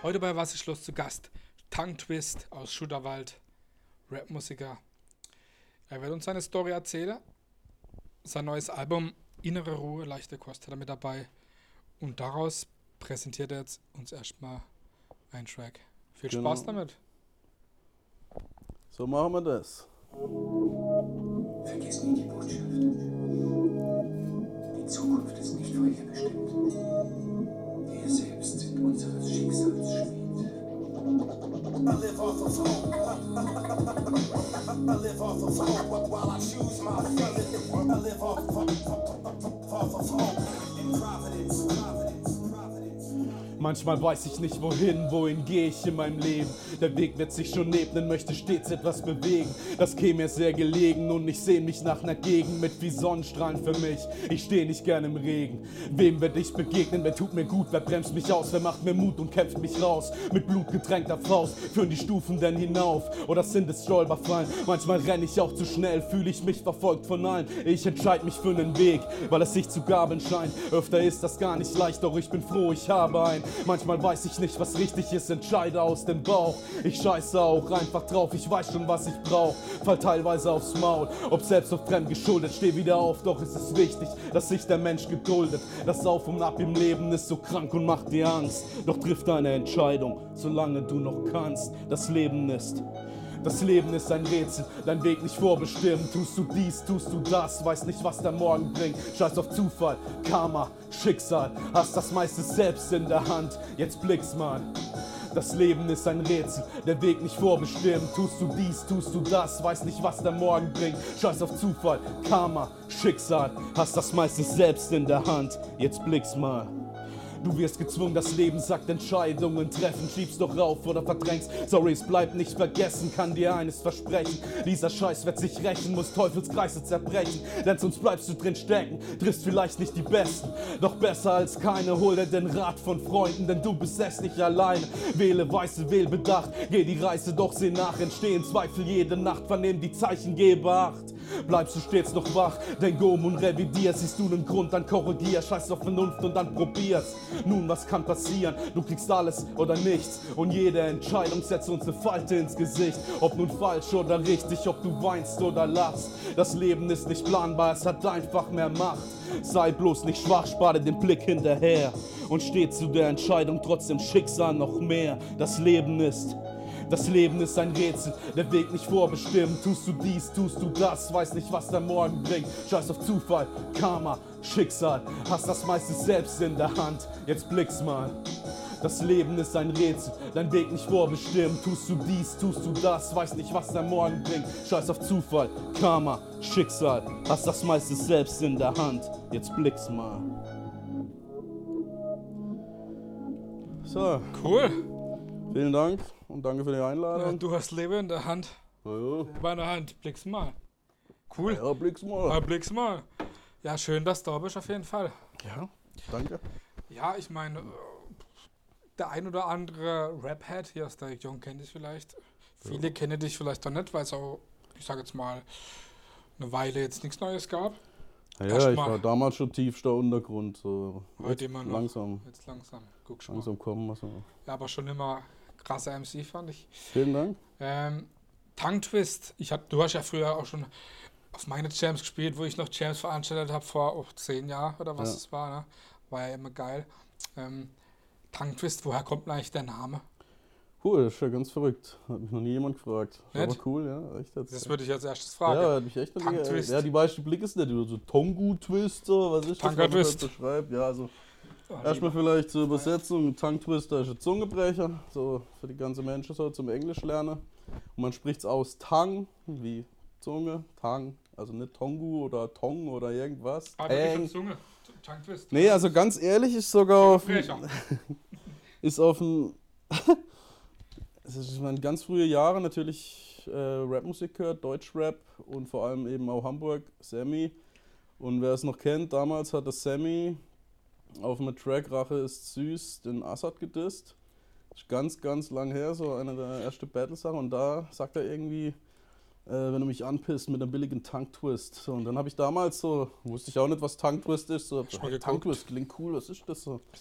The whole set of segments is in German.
Heute bei Was ist los zu Gast Tongue Twist aus Schutterwald, Rapmusiker. Er wird uns seine Story erzählen. Sein neues Album Innere Ruhe, leichte Kost hat er mit dabei. Und daraus präsentiert er jetzt uns erstmal einen Track. Viel Spaß damit. So machen wir das. Vergiss nie die Botschaft. Die Zukunft ist nicht vorherbestimmt. Wir selbst sind unseres Schicksals Schmied. I live off of hope. I live off of hope while I choose my fate. I live off of hope in Providence. Manchmal weiß ich nicht wohin gehe ich in meinem Leben. Der Weg wird sich schon ebnen, möchte stets etwas bewegen. Das käme mir sehr gelegen und ich seh mich nach ner Gegend mit wie Sonnenstrahlen für mich. Ich steh nicht gern im Regen. Wem werd ich begegnen, wer tut mir gut, wer bremst mich aus, wer macht mir Mut und kämpft mich raus. Mit blutgetränkter Faust führen die Stufen denn hinauf oder sind es Stolperfallen? Manchmal renn ich auch zu schnell, fühle ich mich verfolgt von allen. Ich entscheid mich für nen Weg, weil es sich zu gaben scheint. Öfter ist das gar nicht leicht, doch ich bin froh, ich habe einen. Manchmal weiß ich nicht, was richtig ist, entscheide aus dem Bauch. Ich scheiße auch einfach drauf, ich weiß schon, was ich brauch. Fall teilweise aufs Maul, ob selbst oder fremd geschuldet. Steh wieder auf, doch es ist wichtig, dass sich der Mensch geduldet. Das Auf und Ab im Leben ist so krank und macht dir Angst. Doch triff deine Entscheidung, solange du noch kannst. Das Leben ist ein Rätsel, dein Weg nicht vorbestimmt. Tust du dies, tust du das, weiß nicht, was der Morgen bringt. Scheiß auf Zufall, Karma, Schicksal, hast das meiste selbst in der Hand. Jetzt blick's mal. Das Leben ist ein Rätsel, der Weg nicht vorbestimmt. Tust du dies, tust du das, weiß nicht, was der Morgen bringt. Scheiß auf Zufall, Karma, Schicksal, hast das meiste selbst in der Hand. Jetzt blick's mal. Du wirst gezwungen, das Leben sagt Entscheidungen treffen. Schiebst doch rauf oder verdrängst. Sorry, es bleibt nicht vergessen, kann dir eines versprechen. Dieser Scheiß wird sich rächen, muss Teufelskreise zerbrechen. Denn sonst bleibst du drin stecken, triffst vielleicht nicht die Besten. Doch besser als keine, hol dir den Rat von Freunden. Denn du bist es nicht alleine. Wähle weise, wähl bedacht. Geh die Reise, doch seh nach. Entstehen Zweifel jede Nacht, vernehm die Zeichen, gebe Acht. Bleibst du stets noch wach, denk um und revidier. Siehst du nen Grund, dann korrigier. Scheiß auf Vernunft und dann probier's. Nun, was kann passieren? Du kriegst alles oder nichts. Und jede Entscheidung setzt uns eine Falte ins Gesicht. Ob nun falsch oder richtig, ob du weinst oder lachst. Das Leben ist nicht planbar, es hat einfach mehr Macht. Sei bloß nicht schwach, spare den Blick hinterher. Und steh zu der Entscheidung trotzdem Schicksal noch mehr. Das Leben ist ein Rätsel, der Weg nicht vorbestimmt. Tust du dies, tust du das, weiß nicht, was der Morgen bringt. Scheiß auf Zufall, Karma, Schicksal, hast das meiste selbst in der Hand. Jetzt blick's mal. Das Leben ist ein Rätsel, dein Weg nicht vorbestimmt. Tust du dies, tust du das, weiß nicht, was der Morgen bringt. Scheiß auf Zufall, Karma, Schicksal, hast das meiste selbst in der Hand. Jetzt blick's mal. So. Cool. Vielen Dank und danke für die Einladung. Du hast Leben in der Hand. Ja, Bei der Hand. Blick's mal. Cool. ja, blick's mal. Ja, blick's mal. Ja, schön, dass du da bist auf jeden Fall. Ja, danke. Ja, ich meine, der ein oder andere Rap-Head hier aus der Region kennt dich vielleicht. Viele kennen dich vielleicht doch nicht, weil es auch, ich sage jetzt mal, eine Weile jetzt nichts Neues gab. Ja, ich war damals schon tiefster Untergrund. So Heute immer noch. langsam Guck schon mal. langsam kommen. Also. Ja, aber schon immer krasser MC, fand ich. Vielen Dank. Tongue Twist. Du hast ja früher auch schon auf meine Jams gespielt, wo ich noch Jams veranstaltet habe, vor 10 Jahren oder was es war. Ne? War ja immer geil. Tongue Twist, woher kommt denn eigentlich der Name? Cool, das ist ja ganz verrückt. Hat mich noch nie jemand gefragt. Nicht? Aber cool, ja. Echt jetzt. Das würde ich als erstes fragen. Ja, hat mich echt noch Tongue nie. Twist. Ja, die meisten Blick ist nicht. So Tongu-Twist, so, was ist das, Tongue was man Twist. da beschreibt. Ja, also erstmal vielleicht zur Übersetzung. Tongue Twister ist ein Zungebrecher, so für die ganze Menschen so zum Englisch lernen. Und man spricht es aus Tang, wie Zunge, Tang. Also nicht Tongu oder Tong oder irgendwas. Aber wirklich Zunge. Tongue Twist. Nee, also ganz ehrlich, ist sogar auf Frecher. ist auf dem ich meine, ganz frühe Jahre natürlich Rapmusik gehört, Deutschrap und vor allem eben auch Hamburg, Sammy. Und wer es noch kennt, damals hat das Sammy auf einem Track Rache ist süß den Assad gedisst. Das ist ganz, ganz lang her, so einer der ersten Battle-Sachen. Und da sagt er irgendwie, wenn du mich anpisst mit einem billigen Tongue-Twist. So, und dann habe ich damals so, wusste ich auch nicht, was Tongue-Twist ist. So, Hast du mal geguckt? Tongue-Twist klingt cool, was ist das so?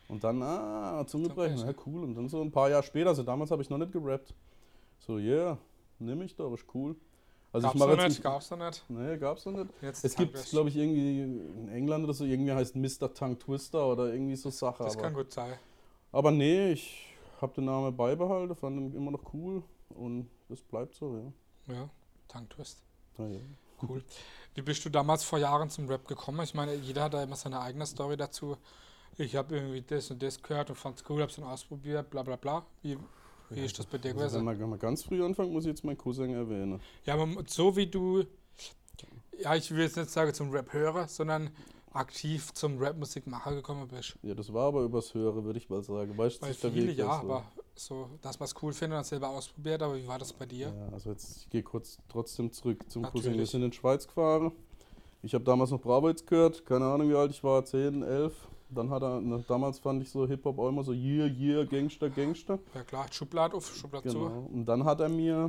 Und dann, Zungebrechen, Zungebrechen. ja cool. Und dann so ein paar Jahre später, also damals habe ich noch nicht gerappt. So, yeah, nimm ich doch, ist cool. Also Gab's ich mache noch jetzt nicht, gab's noch nicht. Nee, gab's noch nicht. Jetzt Es gibt, Tongue-Twist. glaube ich, irgendwie in England oder so, irgendwie heißt Mr. Tongue Twister oder irgendwie so Sache. Das kann gut sein. Aber nee, ich habe den Namen beibehalten, fand ihn immer noch cool und das bleibt so, ja. Ja, Tongue-Twist. Naja. Cool. Wie bist du damals vor Jahren zum Rap gekommen? Ich meine, jeder hat da immer seine eigene Story dazu. Ich habe irgendwie das und das gehört und fand's cool, hab's dann ausprobiert, bla bla bla. Wie ist das bei dir Also gewesen? wenn man ganz früh anfangen, muss ich jetzt meinen Cousin erwähnen. Ja, aber so wie du, ja, ich will jetzt nicht sagen zum Rap-Hörer, sondern aktiv zum Rap-Musikmacher gekommen bist. Ja, das war aber übers Höre, würde ich mal sagen. Weißt du, Weil sich der viele Weg ja, ist so. aber so, dass man es cool findet und selber ausprobiert, aber wie war das bei dir? Ja, also jetzt, ich gehe kurz trotzdem zurück zum Natürlich. Cousin. Wir sind in die Schweiz gefahren. Ich habe damals noch Bravo jetzt gehört, keine Ahnung wie alt ich war, 10, 11. Dann hat er, damals fand ich so Hip-Hop auch immer so yeah, Gangster, Gangster. Ja klar, Schublade auf, Schublade zu. Genau. Und dann hat er mir,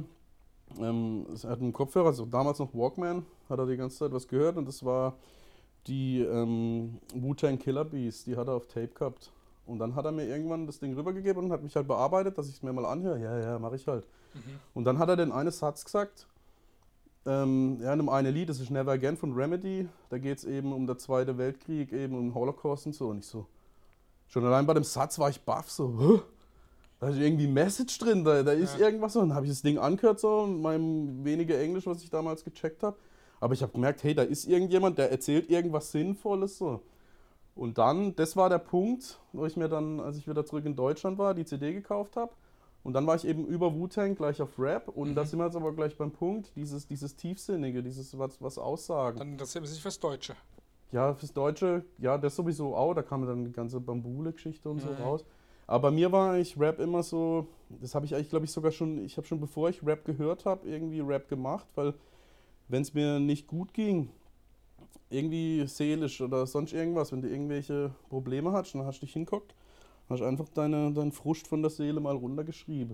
er hat einen Kopfhörer, also damals noch Walkman, hat er die ganze Zeit was gehört und das war die Wu-Tang Killer Bees, die hat er auf Tape gehabt. Und dann hat er mir irgendwann das Ding rübergegeben und hat mich halt bearbeitet, dass ich es mir mal anhöre. Ja, mache ich halt. Und dann hat er den einen Satz gesagt, ja, in einem einen Lied, das ist Never Again von Remedy, da geht es eben um den Zweiten Weltkrieg, eben um den Holocaust und so. Und ich so, schon allein bei dem Satz war ich baff, so, hä? Da ist irgendwie Message drin, da ist irgendwas so. Und dann habe ich das Ding angehört, so, in meinem weniger Englisch, was ich damals gecheckt habe. Aber ich habe gemerkt, hey, da ist irgendjemand, der erzählt irgendwas Sinnvolles, so. Und dann, das war der Punkt, wo ich mir dann, als ich wieder zurück in Deutschland war, die CD gekauft habe. Und dann war ich eben über Wu-Tang gleich auf Rap. Und da sind wir jetzt aber gleich beim Punkt, dieses Tiefsinnige, dieses was Aussagen. Dann interessiert man sich fürs Deutsche. Ja, fürs Deutsche, ja, das sowieso auch. Da kam dann die ganze Bambule-Geschichte und so Mhm. raus. Aber mir war eigentlich Rap immer so, das habe ich eigentlich, glaube ich, sogar schon, ich habe schon bevor ich Rap gehört habe, irgendwie Rap gemacht, weil wenn es mir nicht gut ging, irgendwie seelisch oder sonst irgendwas, wenn du irgendwelche Probleme hast, dann hast du dich hinguckt, hast einfach deinen Frust von der Seele mal runtergeschrieben.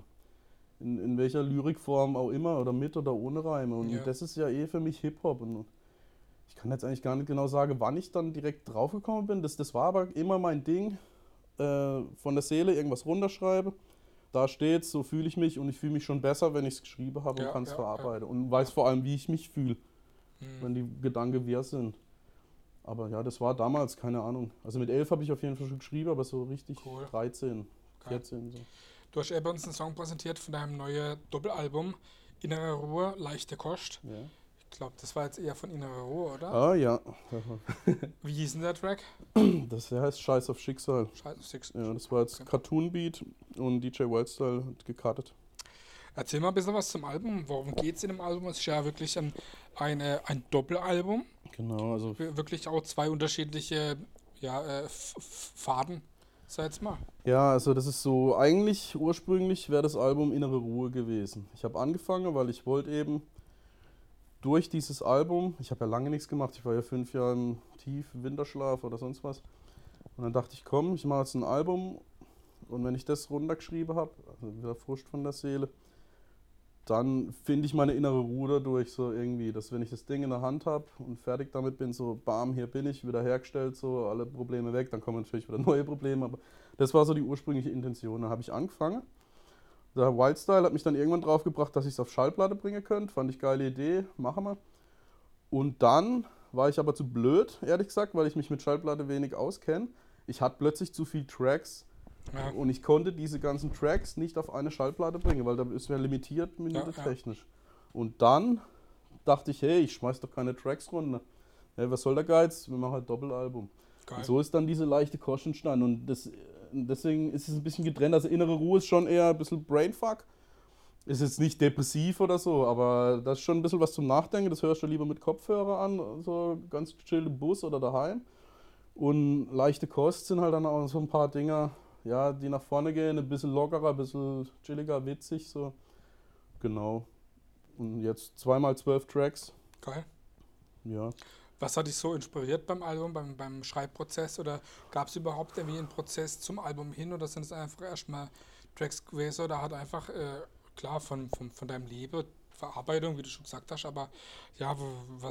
In welcher Lyrikform auch immer, oder mit oder ohne Reime. Und Ja. das ist ja für mich Hip-Hop. Und ich kann jetzt eigentlich gar nicht genau sagen, wann ich dann direkt draufgekommen bin. Das war aber immer mein Ding, von der Seele irgendwas runterschreibe. Da steht's, so fühle ich mich und ich fühle mich schon besser, wenn ich es geschrieben habe und Ja, kann es ja, verarbeiten. Und weiß vor allem, wie ich mich fühle, Mhm. wenn die Gedanken wir sind. Aber ja, das war damals, keine Ahnung. Also mit 11 habe ich auf jeden Fall schon geschrieben, aber so richtig Cool. 13, Geil. 14 so. Du hast eben uns einen Song präsentiert von deinem neuen Doppelalbum Innere Ruhe, leichte Kost. Ja. Ich glaube, das war jetzt eher von Innere Ruhe, oder? Ah ja, Wie hieß denn der Track? das heißt Scheiß auf Schicksal. Scheiße, Six. Ja, das war jetzt Okay. Cartoon Beat und DJ Wildstyle hat gecuttet. Erzähl mal ein bisschen was zum Album. Worum geht es in dem Album? Es ist ja wirklich ein Doppelalbum. Genau, also Wirklich auch zwei unterschiedliche Faden, sag jetzt mal. ja, also das ist so, eigentlich ursprünglich wäre das Album Innere Ruhe gewesen. Ich habe angefangen, weil ich wollte eben durch dieses Album, ich habe ja lange nichts gemacht, ich war ja 5 Jahre im tiefen Winterschlaf oder sonst was. Und dann dachte ich, komm, ich mache jetzt ein Album und wenn ich das runtergeschrieben habe, also wieder Frust von der Seele, dann finde ich meine innere Ruhe dadurch so irgendwie, dass wenn ich das Ding in der Hand habe und fertig damit bin, so bam, hier bin ich, wieder hergestellt, so alle Probleme weg, dann kommen natürlich wieder neue Probleme, aber das war so die ursprüngliche Intention. Da habe ich angefangen. Der Wildstyle hat mich dann irgendwann drauf gebracht, dass ich es auf Schallplatte bringen könnte, fand ich geile Idee, machen wir. Und dann war ich aber zu blöd, ehrlich gesagt, weil ich mich mit Schallplatte wenig auskenne. Ich hatte plötzlich zu viel Tracks. Ja. Und ich konnte diese ganzen Tracks nicht auf eine Schallplatte bringen, weil da ist mir limitiert, Minute Ja. technisch. Und dann dachte ich, hey, ich schmeiß doch keine Tracks runter. Hey, was soll der Geiz? Wir machen halt Doppelalbum. Geil. Und so ist dann diese leichte Kost entstanden. Und deswegen ist es ein bisschen getrennt. Also innere Ruhe ist schon eher ein bisschen Brainfuck. Ist jetzt nicht depressiv oder so, aber das ist schon ein bisschen was zum Nachdenken. Das hörst du lieber mit Kopfhörer an, so ganz chill im Bus oder daheim. Und leichte Kost sind halt dann auch so ein paar Dinger, ja, die nach vorne gehen, ein bisschen lockerer, ein bisschen chilliger, witzig, so. Genau. Und jetzt 2x12 Tracks, Geil. ja. Was hat dich so inspiriert beim Album, beim Schreibprozess? Oder gab es überhaupt irgendwie einen Prozess zum Album hin? Oder sind es einfach erstmal Tracks gewesen? Oder hat einfach, klar, von deinem Leben, Verarbeitung, wie du schon gesagt hast, aber ja, was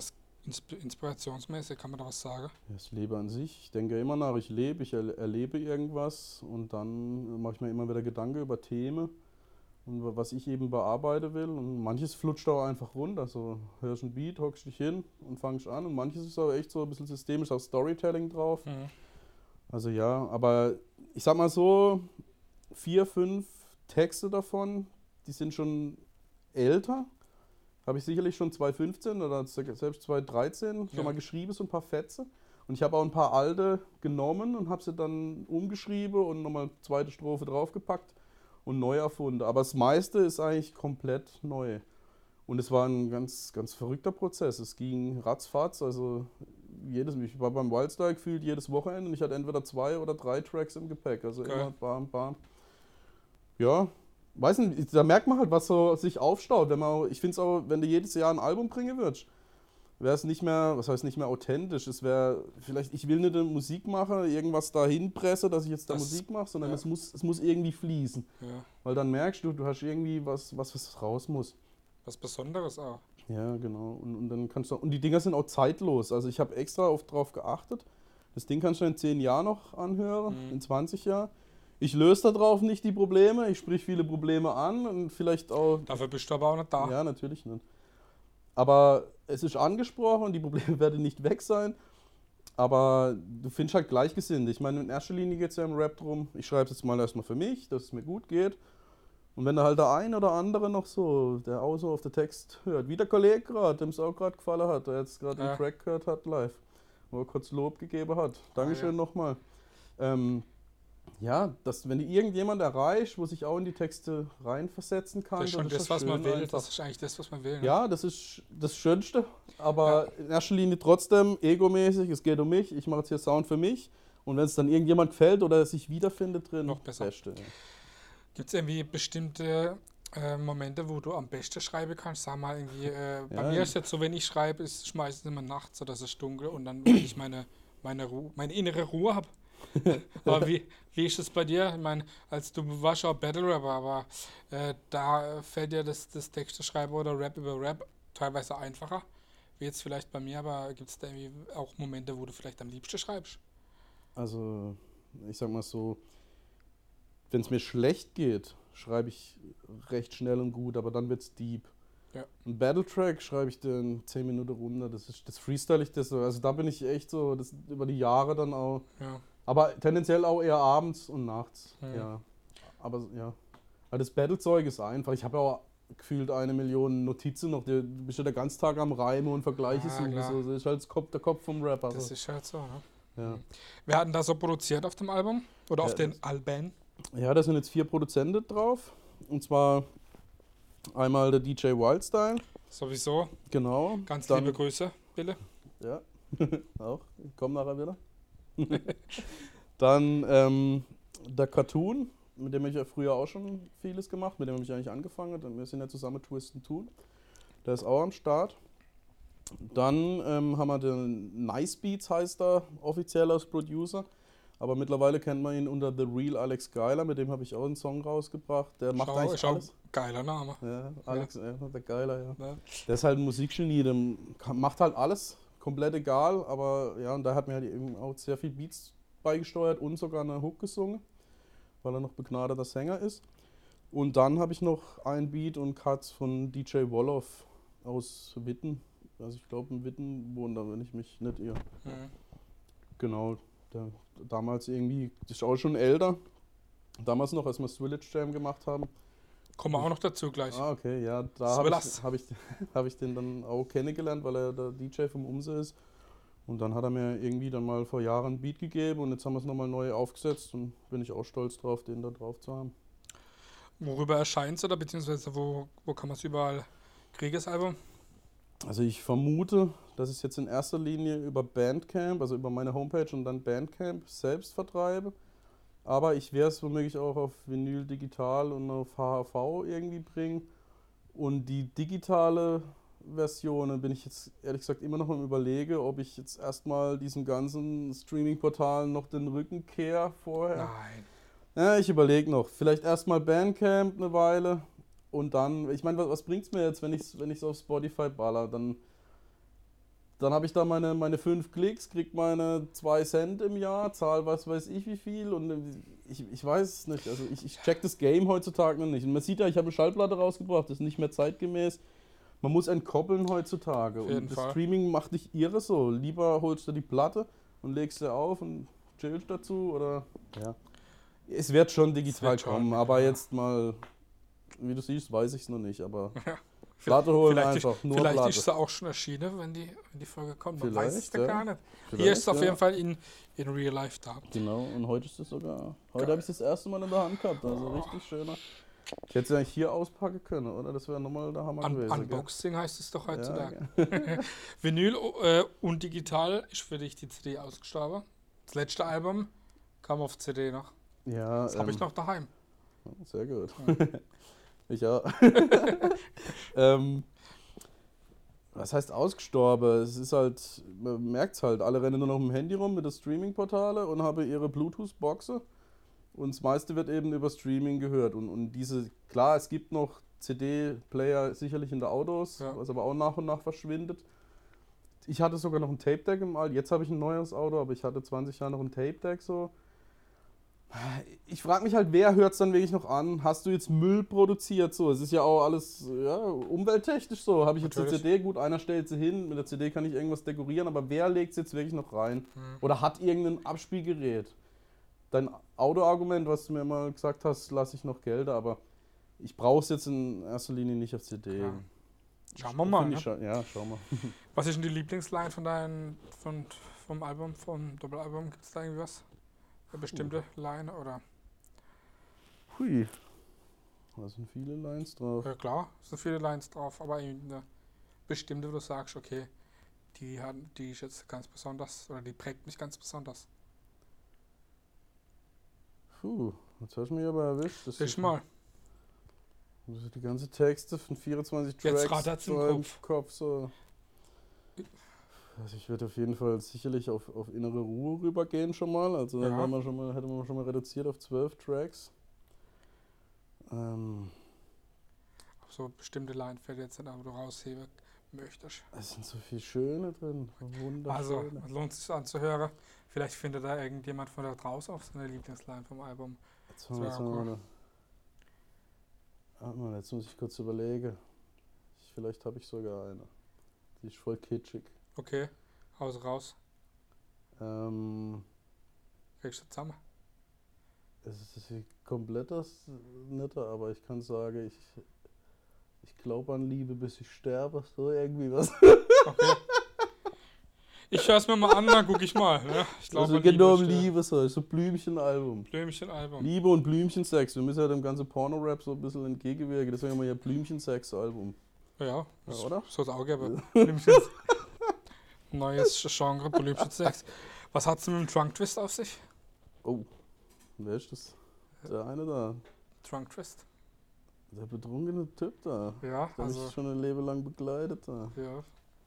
Inspirationsmäßig, kann man da was sagen? Das Leben an sich, ich denke immer nach, ich lebe, ich erlebe irgendwas und dann mache ich mir immer wieder Gedanken über Themen und was ich eben bearbeiten will und manches flutscht auch einfach runter, so hörst ein Beat, hockst dich hin und fangst an und manches ist auch echt so ein bisschen systemisch, auch Storytelling drauf. Mhm. Also ja, aber ich sag mal so, 4, 5 Texte davon, die sind schon älter. Habe ich sicherlich schon 2015 oder selbst 2013 schon Ja. mal geschrieben, so ein paar Fetze. Und ich habe auch ein paar alte genommen und habe sie dann umgeschrieben und nochmal zweite Strophe draufgepackt und neu erfunden. Aber das meiste ist eigentlich komplett neu. Und es war ein ganz, ganz verrückter Prozess. Es ging ratzfatz, also ich war beim Wildstyle gefühlt jedes Wochenende und ich hatte entweder 2 oder 3 Tracks im Gepäck. Also Geil. immer bam, bam. Ja, weiß nicht, da merkt man halt, was so sich aufstaut. Ich finde es auch, wenn du jedes Jahr ein Album bringen würdest, wäre es nicht mehr, was heißt nicht mehr authentisch. Es wäre vielleicht, ich will nicht eine Musik machen, irgendwas dahin presse, dass ich jetzt da Das- Musik mache, sondern ja. es muss irgendwie fließen. Ja. Weil dann merkst du hast irgendwie was raus muss. Was Besonderes auch. Ja, genau. Und dann kannst du, und die Dinger sind auch zeitlos. Also ich habe extra drauf geachtet. Das Ding kannst du in 10 Jahren noch anhören, in 20 Jahren. Ich löse darauf nicht die Probleme, ich sprich viele Probleme an und vielleicht auch. Dafür bist du aber auch nicht da. Ja, natürlich nicht. Aber es ist angesprochen und die Probleme werden nicht weg sein. Aber du findest halt Gleichgesinnte. Ich meine, in erster Linie geht es ja im Rap drum, ich schreibe es jetzt mal erstmal für mich, dass es mir gut geht. Und wenn da halt der ein oder andere noch so, der auch so auf den Text hört, wie der Kollege gerade, dem es auch gerade gefallen hat, der jetzt gerade Ja. den Track gehört hat live, wo er kurz Lob gegeben hat. Dankeschön ja. nochmal. Ja, wenn die irgendjemand erreicht, wo sich auch in die Texte reinversetzen kann, Das ist schon dann das, doch was man schön will. einfach. Das ist eigentlich das, was man will. Ne? Ja, das ist das Schönste, aber in erster Linie trotzdem egomäßig, es geht um mich, ich mache jetzt hier Sound für mich und wenn es dann irgendjemand gefällt oder sich wiederfindet drin, Noch besser. Beste. Ja. Gibt es irgendwie bestimmte Momente, wo du am besten schreiben kannst? Sag mal irgendwie, bei mir ist jetzt so, wenn ich schreibe, ist es meistens immer nachts oder es ist dunkel und dann, wenn ich meine innere Ruhe habe. Aber wie ist es bei dir? Ich meine, als du warst auch Battle Rapper, aber da fällt dir das Texte schreiben oder Rap über Rap teilweise einfacher. Wie jetzt vielleicht bei mir, aber gibt es da irgendwie auch Momente, wo du vielleicht am liebsten schreibst? Also, ich sag mal so, wenn es mir schlecht geht, schreibe ich recht schnell und gut, aber dann wird's deep. Ja. Ein Battle-Track schreibe ich dann 10 Minuten runter, das freestyle ich das so. Also da bin ich echt so, das über die Jahre dann auch. Ja. Aber tendenziell auch eher abends und nachts. Mhm. Ja. Aber ja. Aber das Battle-Zeug ist einfach. Ich habe ja auch gefühlt 1 Million Notizen noch. Du bist ja den ganzen Tag am Reimen und Vergleiche Ah, suchen. klar. So, das ist halt der Kopf vom Rapper. Das So. ist halt so, ne? Ja. Wer hat denn da so produziert auf dem Album? Oder auf Ja, den Alben? Ja, da sind jetzt 4 Produzenten drauf. Und zwar einmal der DJ Wildstyle. Sowieso. Genau. Ganz Dann- liebe Grüße, Bille. Ja, auch. Ich komme nachher wieder. Dann der Cartoon, mit dem habe ich ja früher auch schon vieles gemacht, mit dem habe ich eigentlich angefangen. Wir sind ja zusammen Twist and Tune. Der ist auch am Start. Dann haben wir den Nice Beats, heißt er offiziell als Producer. Aber mittlerweile kennt man ihn unter The Real Alex Geiler, mit dem habe ich auch einen Song rausgebracht. Der macht eigentlich Ist auch alles. geiler Name. Ja, Alex, der Geiler, ja. Ne? Der ist halt ein Musikgenie, der macht halt alles, komplett egal, aber ja, und da hat mir halt eben auch sehr viel Beats beigesteuert und sogar eine Hook gesungen, weil er noch begnadeter Sänger ist. Und dann habe ich noch ein Beat und Cuts von DJ Woloff aus Witten. Also ich glaube in Witten wohnt er, wenn ich mich nicht irre. Mhm. Genau, der damals irgendwie, das ist auch schon älter. Damals noch, als wir Swillage Jam gemacht haben. Kommen wir auch noch dazu gleich. Ah, okay, ja, da habe Swillers. hab ich den dann auch kennengelernt, weil er der DJ vom Umse ist. Und dann hat er mir irgendwie dann mal vor Jahren ein Beat gegeben und jetzt haben wir es nochmal neu aufgesetzt und bin ich auch stolz drauf, den da drauf zu haben. Worüber erscheint es oder beziehungsweise wo kann man es überall kriegen, das Album? Also ich vermute, dass ich es jetzt in erster Linie über Bandcamp, also über meine Homepage und dann Bandcamp selbst vertreibe. Aber ich werde es womöglich auch auf Vinyl digital und auf HHV irgendwie bringen. Und die digitale Version bin ich jetzt ehrlich gesagt immer noch am Überlege, ob ich jetzt erstmal diesen ganzen Streaming-Portalen noch den Rücken kehre vorher. Nein. Ja, ich überlege noch. Vielleicht erstmal Bandcamp eine Weile und dann, ich meine, was bringt es mir jetzt, wenn ich es auf Spotify baller? Dann dann habe ich da meine 5 Klicks, krieg meine 2 Cent im Jahr, zahl was weiß ich wie viel und ich weiß es nicht. Also ich check das Game heutzutage noch nicht. Und man sieht ja, ich habe eine Schallplatte rausgebracht, das ist nicht mehr zeitgemäß. Man muss entkoppeln heutzutage. Auf jeden Und das Fall. Streaming macht dich irre so. Lieber holst du die Platte und legst sie auf und chillst dazu oder ja. Es wird schon digital wird schon, kommen, aber ja. jetzt mal, wie du siehst, weiß ich es noch nicht, aber Ja. Platte holen Vielleicht einfach, nur vielleicht Platte. ist sie auch schon erschienen, wenn die Folge kommt. Man weiß es Vielleicht, ja ja. gar nicht. Vielleicht, Hier ist es auf ja. jeden Fall in Real Life da. Genau, und heute ist es sogar. Heute Geil. habe ich es das erste Mal in der Hand gehabt, also richtig schöner. Ich hätte es eigentlich hier auspacken können, oder? Das wäre nochmal der Hammer gewesen. Unboxing heißt es doch heutzutage. Ja, Vinyl und digital ist für dich die CD ausgestorben. Das letzte Album kam auf CD noch. ja, Das habe ich noch daheim. Sehr gut. Ja. Ich auch. Was heißt ausgestorben? Es ist halt, man merkt es halt, alle rennen nur noch mit dem Handy rum mit den Streaming-Portale und haben ihre Bluetooth-Boxe und das meiste wird eben über Streaming gehört. Und diese, klar, es gibt noch CD-Player sicherlich in den Autos, Ja. was aber auch nach und nach verschwindet. Ich hatte sogar noch ein Tape-Deck im All, jetzt habe ich ein neues Auto, aber ich hatte 20 Jahre noch ein Tape-Deck so. Ich frage mich halt, wer hört es dann wirklich noch an? Hast du jetzt Müll produziert? So, es ist ja auch alles ja, umwelttechnisch so. Habe ich jetzt eine Natürlich. CD? Gut, einer stellt sie hin, mit der CD kann ich irgendwas dekorieren, aber wer legt es jetzt wirklich noch rein? Oder hat irgendein Abspielgerät? Dein Autoargument, was du mir mal gesagt hast, lasse ich noch gelten, aber ich brauche es jetzt in erster Linie nicht auf CD. Ja. Schauen wir mal. Finde Ne? ich schon- Ja, schau mal. Was ist denn die Lieblingsline vom Album, vom Doppelalbum? Gibt es da irgendwas? Eine bestimmte Line oder? Hui, da sind viele Lines drauf. Ja klar, es sind viele Lines drauf, aber eine bestimmte, wo du sagst, okay, die ist jetzt ganz besonders oder die prägt mich ganz besonders. Puh, jetzt hast du mich aber erwischt. Das Ich mal. Also die ganze Texte von 24 Jetzt Tracks rattert's im so Kopf. so. Also ich würde auf jeden Fall sicherlich auf innere Ruhe rübergehen schon mal. Also da Ja. hätten wir schon mal reduziert auf 12 Tracks. So bestimmte Line fällt jetzt nicht, aber du rausheben möchtest. Es sind so viele schöne drin. Also, Wunderschöne. es lohnt sich anzuhören. Vielleicht findet da irgendjemand von da draußen auch seine Lieblingsline vom Album. Jetzt das wäre cool. Jetzt muss ich kurz überlegen. Vielleicht habe ich sogar eine. Die ist voll kitschig. Okay, raus. Ähm, Kriegst du zusammen? Es ist komplett das Nette, aber ich kann sagen, ich glaube an Liebe, bis ich sterbe. So irgendwie was. Okay. Ich höre es mir mal an, dann gucke ich mal. Ne? Ich glaube, Also geht nur um Liebe, so Blümchen-Album. Blümchen-Album. Liebe und Blümchensex. Wir müssen ja dem ganzen Porno-Rap so ein bisschen entgegenwirken. Deswegen haben wir ja Blümchensex-Album. Ja, Ja, oder? so das Auge, aber Blümchen. Neues Genre, Blümchen-Sex. Was hat's mit dem Trunk Twist auf sich? Oh, wer ist das? Der eine da. Trunk Twist? Der betrunkene Typ da. Ja, Der also, mich schon ein Leben lang begleitet da. ja.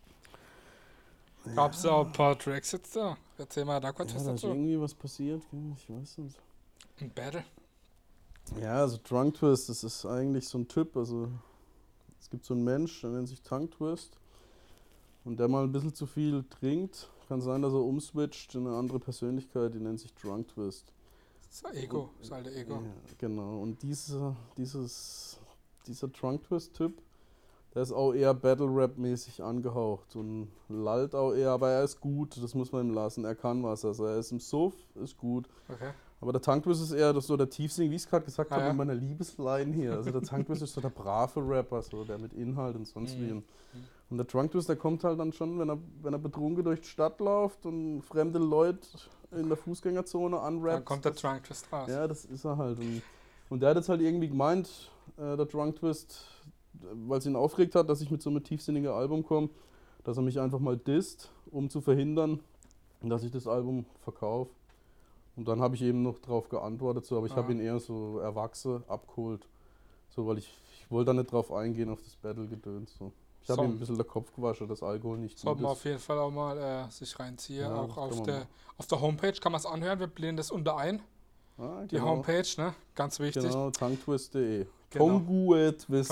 Gab's ja auch ein paar Tracks jetzt da? Erzähl mal da kurz Ja, was da ist dazu. irgendwie was passiert, gell? Ich weiß nicht. Ein Battle. Ja, also Trunk Twist, das ist eigentlich so ein Typ, also es gibt so einen Mensch, der nennt sich Tongue Twist und der mal ein bisschen zu viel trinkt, kann sein, dass er umswitcht in eine andere Persönlichkeit, die nennt sich Drunk Twist. Das ist Ego, das alte Ego. Ja, genau, und dieser Trunk Twist-Typ, der ist auch eher Battle-Rap-mäßig angehaucht und lallt auch eher, aber er ist gut, das muss man ihm lassen, er kann was, also er ist im Suff, ist gut. Okay. Aber der Tankwist ist eher so der Tiefsing, wie ich es gerade gesagt habe, ja. in meiner Liebesline hier. Also der Tankwist ist so der brave Rapper, so der mit Inhalt und sonst wie. Und der Trunktwist, der kommt halt dann schon, wenn er betrunken durch die Stadt läuft und fremde Leute in der Fußgängerzone anrappt. Dann kommt der Trunk Twist raus. Ja, das ist er halt. Und der hat jetzt halt irgendwie gemeint, der Trunktwist, weil es ihn aufgeregt hat, dass ich mit so einem tiefsinnigen Album komme, dass er mich einfach mal disst, um zu verhindern, dass ich das Album verkaufe. Und dann habe ich eben noch drauf geantwortet, so, aber ich habe ihn eher so erwachsen abgeholt. So, weil ich wollte da nicht drauf eingehen, auf das Battle-Gedöns. So. Ich habe ihm ein bisschen den Kopf gewaschen, dass Alkohol nicht Sollte gut man ist. auf jeden Fall auch mal sich reinziehen. Ja, auch das kann man auf der Homepage kann man es anhören. Wir blenden das unter ein. Die Homepage, ne? Ganz wichtig. Genau, tonguetwist.de. Genau. Tonguetwist.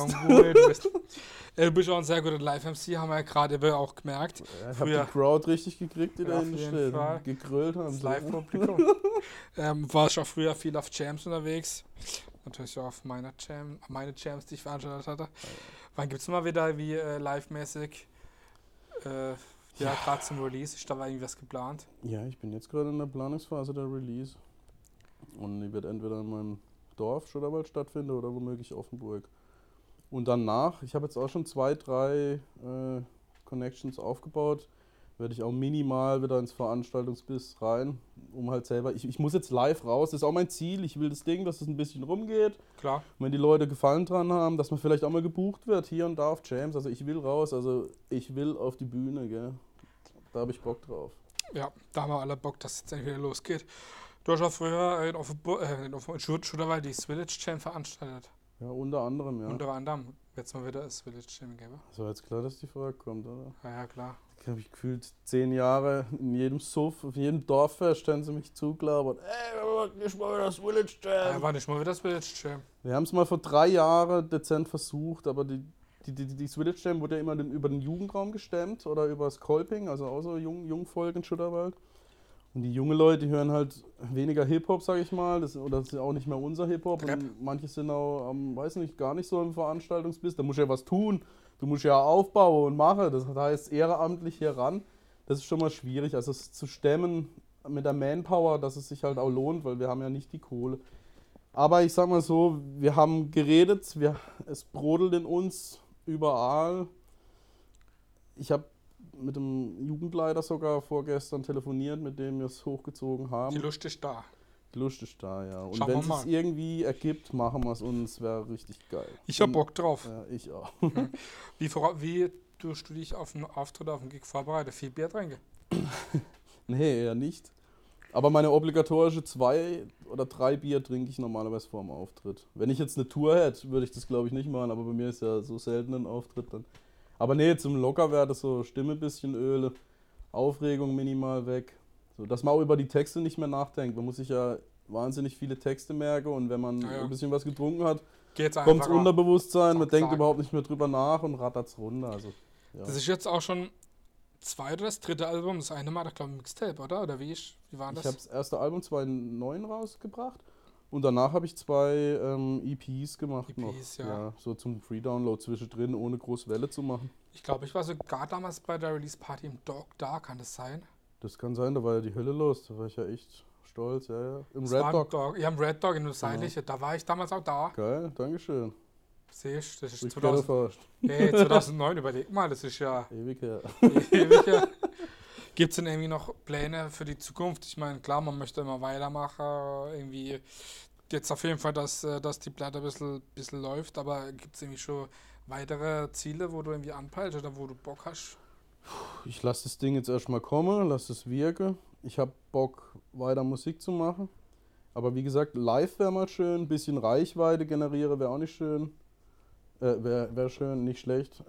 Du bist auch ein sehr guter Live-MC, haben wir ja gerade eben auch gemerkt. Ich habe die Crowd richtig gekriegt, die Ja, da auf hinten jeden steht. Fall. Gegrölt haben Das sie. Live-Publikum. Warst auch früher viel auf Jams unterwegs. Natürlich auch auf meine Jams, die ich veranstaltet hatte. Wann gibt es mal wieder wie live-mäßig? Gerade zum Release. Ist da irgendwas geplant? Ja, ich bin jetzt gerade in der Planungsphase der Release. Und die wird entweder in meinem Dorf Schutterwald stattfinden oder womöglich Offenburg. Und danach, ich habe jetzt auch schon 2, 3 Connections aufgebaut, werde ich auch minimal wieder ins Veranstaltungsbiss rein, um halt selber, ich muss jetzt live raus, das ist auch mein Ziel, ich will das Ding, dass es ein bisschen rumgeht. Klar. Und wenn die Leute Gefallen dran haben, dass man vielleicht auch mal gebucht wird, hier und da auf Jams, also ich will raus, also ich will auf die Bühne, gell. Da habe ich Bock drauf. Ja, da haben wir alle Bock, dass es jetzt wieder losgeht. Du hast auch früher in Schutterwald die Village Jam veranstaltet. Ja, unter anderem, ja. Unter anderem wird es mal wieder das Village Jam geben. So, jetzt klar, dass die Frage kommt, oder? Ja, klar. Ich habe gefühlt 10 Jahre in jedem Suff, auf jedem Dorffest haben sie mich zugelabert. Ey, wir wollten nicht mal wieder das Village Jam. Ja, war nicht mal wieder das Village Jam. Wir haben es mal vor 3 Jahren dezent versucht, aber die Village Jam wurde ja immer über den Jugendraum gestemmt oder über das Kolping, also auch so Jungvolk in Schutterwald. Und die jungen Leute, die hören halt weniger Hip-Hop, sag ich mal, das ist auch nicht mehr unser Hip-Hop. Und manche sind auch, weiß nicht, gar nicht so im Veranstaltungsbiss. Da musst du ja was tun, du musst ja aufbauen und machen. Das heißt, ehrenamtlich hier ran, das ist schon mal schwierig. Also es zu stemmen mit der Manpower, dass es sich halt auch lohnt, weil wir haben ja nicht die Kohle. Aber ich sag mal so, wir haben geredet, es brodelt in uns überall. Ich habe mit dem Jugendleiter sogar vorgestern telefoniert, mit dem wir es hochgezogen haben. Die Lust ist da. Die Lust ist da, ja. Und Schauen wenn wir es mal. irgendwie ergibt, machen wir es und es wäre richtig geil. Ich hab Bock drauf. Ja, ich auch. Wie tust du dich auf einen Auftritt, auf einen Gig vorbereiten? Viel Bier trinken? Nee, eher nicht. Aber meine obligatorische 2 oder 3 Bier trinke ich normalerweise vor dem Auftritt. Wenn ich jetzt eine Tour hätte, würde ich das glaube ich nicht machen, aber bei mir ist ja so selten ein Auftritt dann. Aber nee, zum Lockerwerden so Stimme ein bisschen Öle, Aufregung minimal weg. So, dass man auch über die Texte nicht mehr nachdenkt. Man muss sich ja wahnsinnig viele Texte merken und wenn man ein bisschen was getrunken hat, kommt es Unterbewusstsein, man denkt überhaupt nicht mehr drüber nach und rattert es runter. Also, ja. Das ist jetzt auch schon 2. oder das 3. Album. Das eine Mal, glaube ich, Mixtape, oder? Oder wie war das? Ich habe das erste Album 2009 rausgebracht und danach habe ich 2 EPs gemacht. EPs, noch. ja. So zum Free-Download zwischendrin, ohne groß Welle zu machen. Ich glaube, ich war sogar damals bei der Release-Party im Dog da, kann das sein? Das kann sein, da war ja die Hölle los, da war ich ja echt stolz, ja. Im Das Red war Dog. Ja, im Red Dog in der Seitliche. Da war ich damals auch da. Geil, Dankeschön. Siehst du, das ist Ich 2009, überleg mal, das ist ja ewig her. ewig her. Gibt es denn irgendwie noch Pläne für die Zukunft? Ich meine, klar, man möchte immer weitermachen, irgendwie jetzt auf jeden Fall, dass die Platte ein bisschen läuft, aber gibt es irgendwie schon weitere Ziele, wo du irgendwie anpeilst oder wo du Bock hast? Ich lasse das Ding jetzt erstmal kommen, lasse es wirken. Ich habe Bock, weiter Musik zu machen. Aber wie gesagt, live wäre mal schön, ein bisschen Reichweite generiere wäre auch nicht schön. Wäre schön, nicht schlecht.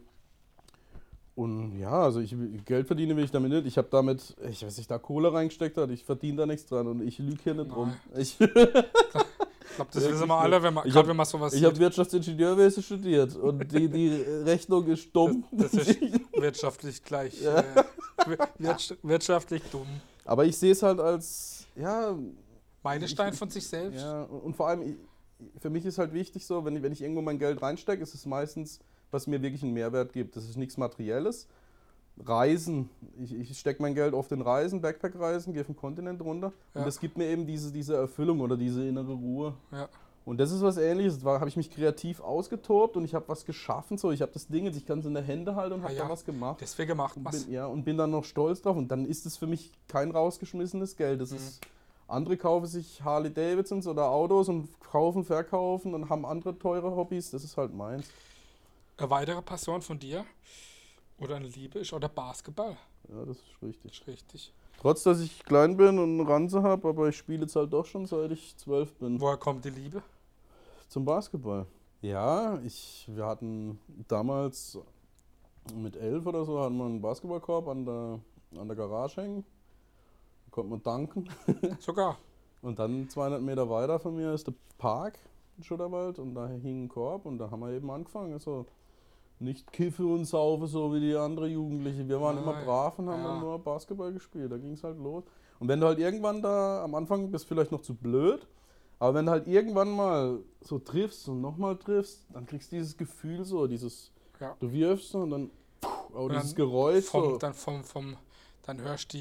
Und ja, also Geld verdienen will ich damit nicht. Ich habe damit, ich weiß nicht, da Kohle reingesteckt hat, ich verdiene da nichts dran und ich lüge hier nicht rum. Ich glaube, das wissen wir alle, wenn man sowas Ich habe Wirtschaftsingenieurwesen studiert und die Rechnung ist dumm. Das ist wirtschaftlich gleich. Ja. Wirtschaftlich dumm. Aber ich sehe es halt als, ja... Meilenstein von sich selbst. Ja, und vor allem, für mich ist halt wichtig so, wenn ich irgendwo mein Geld reinstecke, ist es meistens, was mir wirklich einen Mehrwert gibt. Das ist nichts Materielles. Reisen. Ich stecke mein Geld oft in Reisen, Backpack-Reisen, gehe vom Kontinent runter. Ja. Und das gibt mir eben diese Erfüllung oder diese innere Ruhe. Ja. Und das ist was Ähnliches. Da habe ich mich kreativ ausgetobt und ich habe was geschaffen. So, ich habe das Ding, ich kann es in der Hände halten und habe da was gemacht. Deswegen gemacht was. Und bin dann noch stolz drauf. Und dann ist es für mich kein rausgeschmissenes Geld. Das ist, andere kaufen sich Harley Davidsons oder Autos und kaufen, verkaufen und haben andere teure Hobbys. Das ist halt meins. Eine weitere Passion von dir oder eine Liebe ist oder Basketball. Ja, das ist richtig. Das ist richtig. Trotz, dass ich klein bin und eine Ranze habe, aber ich spiele jetzt halt doch schon, seit ich 12 bin. Woher kommt die Liebe? Zum Basketball. Ja, wir hatten damals mit 11 oder so, hatten wir einen Basketballkorb an der Garage hängen. Da konnte man danken. Sogar? Und dann 200 Meter weiter von mir ist der Park in Schutterwald und da hing ein Korb und da haben wir eben angefangen. Also nicht kiffen und saufen, so wie die anderen Jugendlichen. Wir waren immer brav und haben dann nur Basketball gespielt. Da ging es halt los. Und wenn du halt irgendwann da am Anfang bist, vielleicht noch zu blöd, aber wenn du halt irgendwann mal so triffst und nochmal triffst, dann kriegst du dieses Gefühl so, du wirfst und dann dieses Geräusch so. Dann hörst du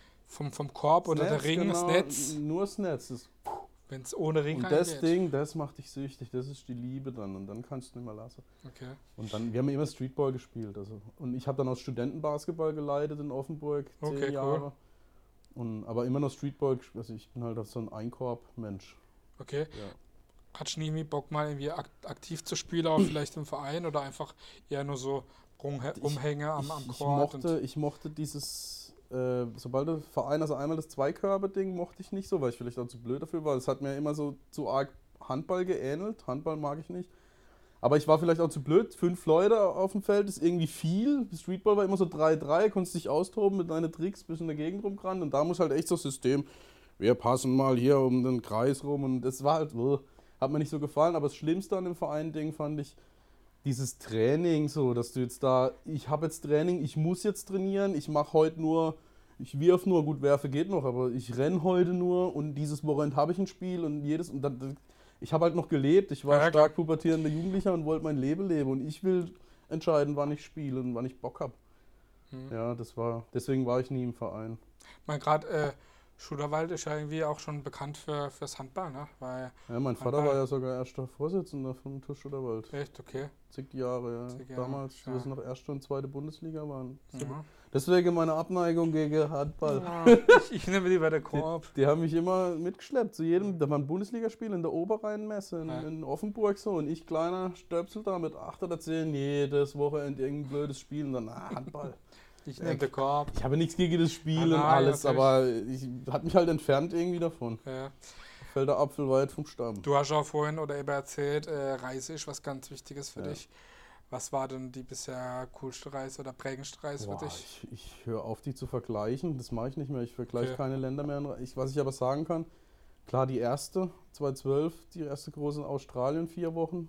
vom Korb oder der Ring, genau, das Netz. Nur das Netz. Wenn es ohne Ring und das Ding, das macht dich süchtig, das ist die Liebe dann und dann kannst du nicht mehr lassen. Okay. Und dann, wir haben immer Streetball gespielt. Also. Und ich habe dann auch Studentenbasketball geleitet in Offenburg, 10 Jahre. Cool. Aber immer noch Streetball, also ich bin halt so ein Einkorb-Mensch. Okay. Ja. Hattest du nie irgendwie Bock mal irgendwie aktiv zu spielen, auch vielleicht im Verein oder einfach eher nur so Rumhänge am Korb? Ich mochte dieses, sobald der Verein, also einmal das Zweikörper-Ding mochte ich nicht so, weil ich vielleicht auch zu blöd dafür war. Das hat mir immer so zu arg Handball geähnelt. Handball mag ich nicht. Aber ich war vielleicht auch zu blöd. 5 Leute auf dem Feld ist irgendwie viel. Streetball war immer so 3-3, konntest dich austoben mit deinen Tricks, bis in der Gegend rumgerannt. Und da muss halt echt so System, wir passen mal hier um den Kreis rum. Und das war halt, hat mir nicht so gefallen. Aber das Schlimmste an dem Verein-Ding fand ich, dieses Training so, dass du jetzt ich habe jetzt Training, ich muss jetzt trainieren, ich mache heute nur, ich wirf nur, gut, werfe geht noch, aber ich renne heute nur und dieses Wochenende habe ich ein Spiel und dann, ich habe halt noch gelebt, ich war stark pubertierender Jugendlicher und wollte mein Leben leben und ich will entscheiden, wann ich spiele und wann ich Bock habe. Ja, deswegen war ich nie im Verein. Gerade Schutterwald ist ja irgendwie auch schon bekannt fürs Handball, ne? Weil ja, mein Vater war ja sogar erster Vorsitzender von TuS Schutterwald. Echt, okay. Zig Jahre, ja. Damals, als wir noch erste und zweite Bundesliga waren. Ja. Deswegen meine Abneigung gegen Handball. Ja, ich nehme lieber der Korb. Die haben mich immer mitgeschleppt. Zu jedem, da war ein Bundesligaspiel in der Oberrheinmesse in Offenburg so. Und ich, kleiner Stöpsel da mit 8 oder 10, jedes Wochenende irgendein blödes Spiel und dann Handball. Ich nehme den Korb. Ich habe nichts gegen das Spiel und alles, aber ich hat mich halt entfernt irgendwie davon. Ja. Fällt der Apfel weit vom Stamm. Du hast auch vorhin oder eben erzählt, Reise ist was ganz Wichtiges für dich. Was war denn die bisher coolste Reise oder prägendste Reise für dich? Ich höre auf, die zu vergleichen. Das mache ich nicht mehr. Ich vergleiche keine Länder mehr. Was ich aber sagen kann, klar, die erste, 2012, die erste große in Australien, 4 Wochen,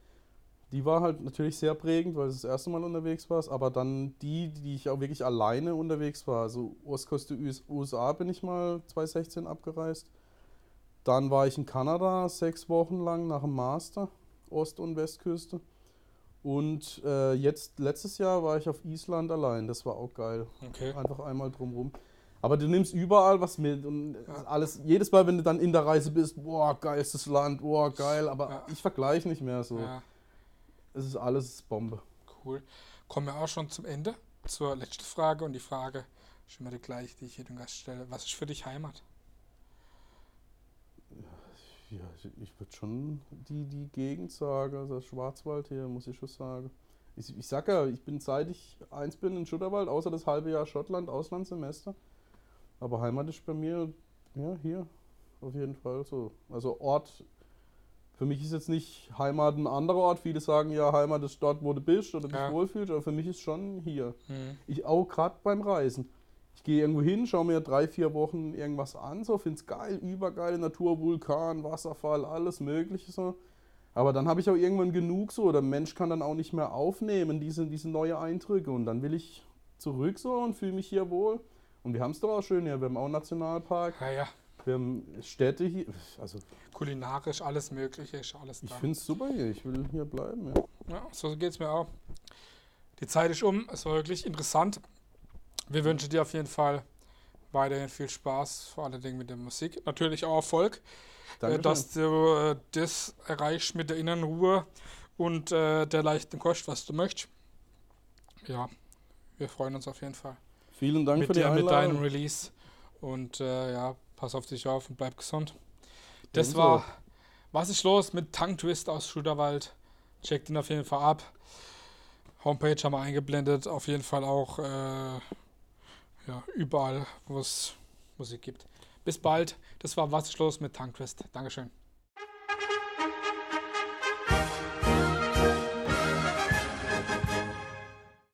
die war halt natürlich sehr prägend, weil es das erste Mal unterwegs war. Aber dann die ich auch wirklich alleine unterwegs war. Also Ostküste USA bin ich mal 2016 abgereist. Dann war ich in Kanada 6 Wochen lang nach dem Master, Ost- und Westküste. Und letztes Jahr war ich auf Island allein, das war auch geil. Okay. Einfach einmal drumrum. Aber du nimmst überall was mit und alles, jedes Mal, wenn du dann in der Reise bist, boah, geilstes Land, boah, geil, aber ich vergleiche nicht mehr so. Ja. Es ist alles Bombe. Cool. Kommen wir auch schon zum Ende, zur letzten Frage und die Frage ist immer die gleiche, die ich jedem Gast stelle. Was ist für dich Heimat? Ja, ich würde schon die Gegend sagen, also das Schwarzwald hier, muss ich schon sagen. Ich sag ja, ich bin seit ich 1 bin in Schutterwald, außer das halbe Jahr Schottland, Auslandssemester. Aber Heimat ist bei mir, ja, hier, auf jeden Fall so. Also Ort, für mich ist jetzt nicht Heimat ein anderer Ort. Viele sagen ja, Heimat ist dort, wo du bist oder dich wohlfühlst, aber für mich ist schon hier. Ich auch gerade beim Reisen. Ich gehe irgendwo hin, schaue mir 3-4 Wochen irgendwas an, so, finde es geil, übergeile Natur, Vulkan, Wasserfall, alles Mögliche so. Aber dann habe ich auch irgendwann genug so, der Mensch kann dann auch nicht mehr aufnehmen, diese neue Eindrücke. Und dann will ich zurück so und fühle mich hier wohl. Und wir haben es doch auch schön hier, wir haben auch einen Nationalpark, wir haben Städte hier, also kulinarisch, alles Mögliche, ist alles da. Ich finde es super hier, ich will hier bleiben. Ja, so geht es mir auch. Die Zeit ist um, es war wirklich interessant. Wir wünschen dir auf jeden Fall weiterhin viel Spaß, vor allen Dingen mit der Musik. Natürlich auch Erfolg, dass du das erreichst mit der inneren Ruhe und der leichten Kost, was du möchtest. Ja, wir freuen uns auf jeden Fall. Vielen Dank für die Einladung. Mit deinem Release. Und pass auf dich auf und bleib gesund. Das war Was ist los mit Tongue Twist aus Schutterwald. Checkt ihn auf jeden Fall ab. Homepage haben wir eingeblendet. Auf jeden Fall auch überall, wo es Musik gibt. Bis bald. Das war Was ist los mit Tongue Twist. Dankeschön.